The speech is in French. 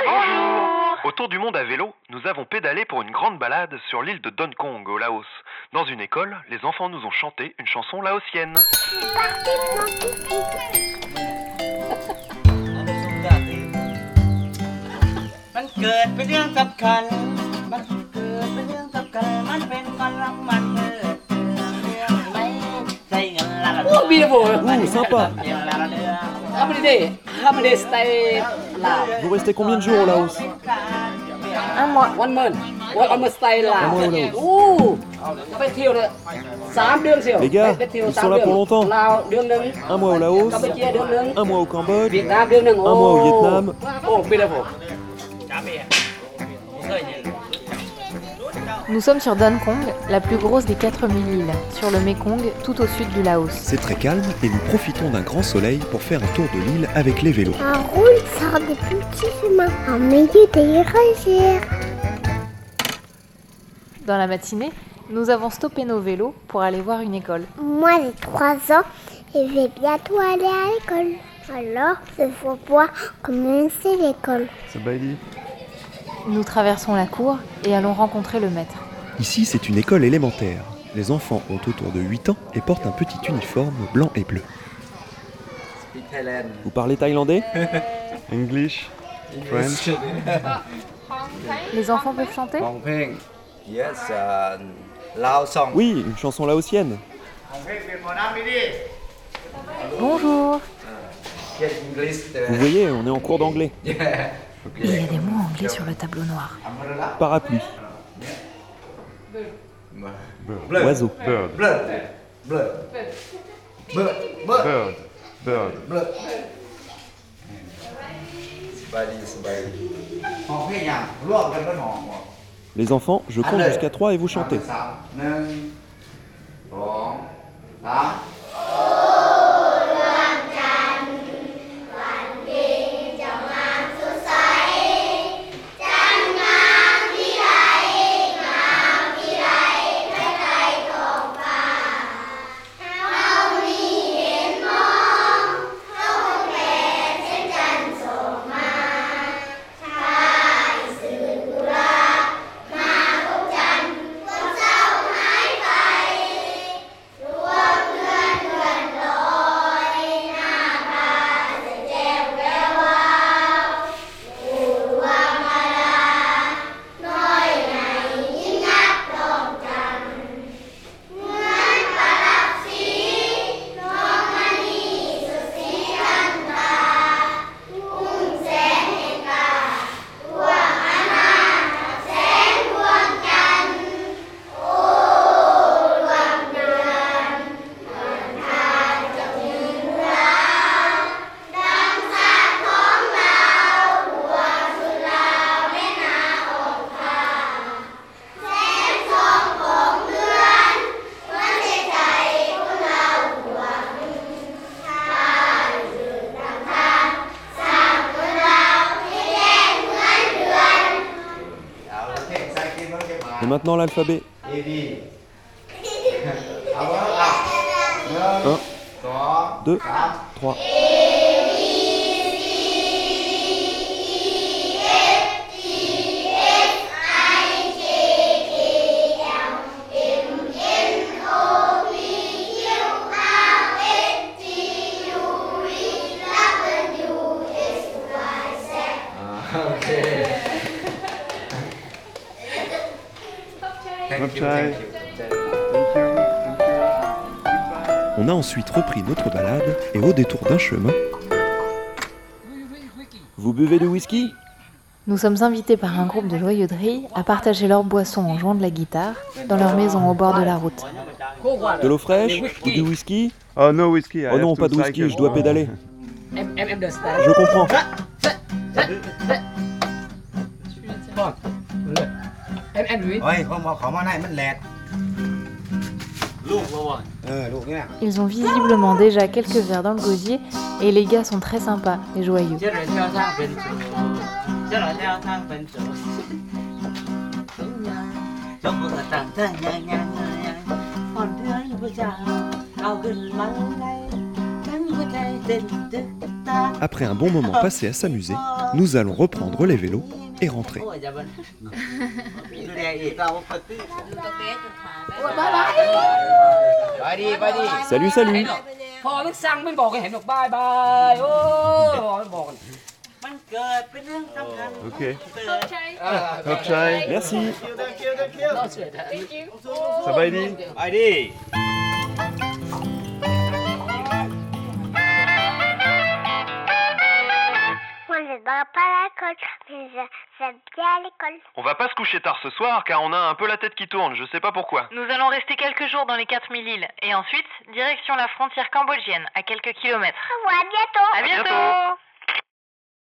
Bonjour. Au Tour du monde à vélo, nous avons pédalé pour une grande balade sur l'île de Don Kong au Laos. Dans une école, les enfants nous ont chanté une chanson laotienne. Oh, beautiful. Sympa. How many days? How many days stay Laos? Vous restez combien de jours au Laos? Un mois. One month. One month stay Laos. Un mois au Laos. Ouh. ไปเที่ยวเลย3 เดือน Les gars, ils sont là pour longtemps. ลาวเดือนหนึ่ง Un mois au Laos, กัมพูชาเดือนหนึ่ง un mois au Cambodge, เวียดนามเดือนหนึ่ง un mois au Vietnam. โอ้ beautiful. Nous sommes sur Don Kong, la plus grosse des 4000 îles, sur le Mekong, tout au sud du Laos. C'est très calme et nous profitons d'un grand soleil pour faire un tour de l'île avec les vélos. On roule sur des petits chemins en milieu des rizières. Dans la matinée, nous avons stoppé nos vélos pour aller voir une école. Moi j'ai 3 ans et je vais bientôt aller à l'école. Alors, il faut pouvoir commencer l'école. C'est Bailey. Nous traversons la cour et allons rencontrer le maître. Ici, c'est une école élémentaire. Les enfants ont autour de 8 ans et portent un petit uniforme blanc et bleu. Vous parlez thaïlandais? English, French. Les enfants peuvent chanter? Yes, Lao song. Oui, une chanson laotienne. Bonjour. Vous voyez, on est en cours d'anglais. Il y a des mots anglais sur le tableau noir. Parapluie, oiseau, Les enfants, je compte jusqu'à 3 et vous chantez. Et maintenant l'alphabet. 1, 2, 3. On a ensuite repris notre balade et au détour d'un chemin... Vous buvez du whisky? Nous sommes invités par un groupe de joyeux de riz à partager leur boisson en jouant de la guitare dans leur maison au bord de la route. De l'eau fraîche? Ou du whisky? Oh no whiskey. Oh non, pas de whisky, je dois pédaler. understand. Je comprends. Ils ont visiblement déjà quelques verres dans le gosier et les gars sont très sympas et joyeux. Après un bon moment passé à s'amuser, nous allons reprendre les vélos et rentrer. Salut, salut. พอมันสั่งไม่บอกให้เห็นหรอกบายบายโอ้ไม่บอก Ok. Top chai. Merci. Ça va, Eddie? Moi, je ne vais pas à l'école, mais j'aime bien l'école. On va pas se coucher tard ce soir car on a un peu la tête qui tourne, je sais pas pourquoi. Nous allons rester quelques jours dans les 4000 îles et ensuite, direction la frontière cambodgienne, à quelques kilomètres. Au revoir, à bientôt. À bientôt.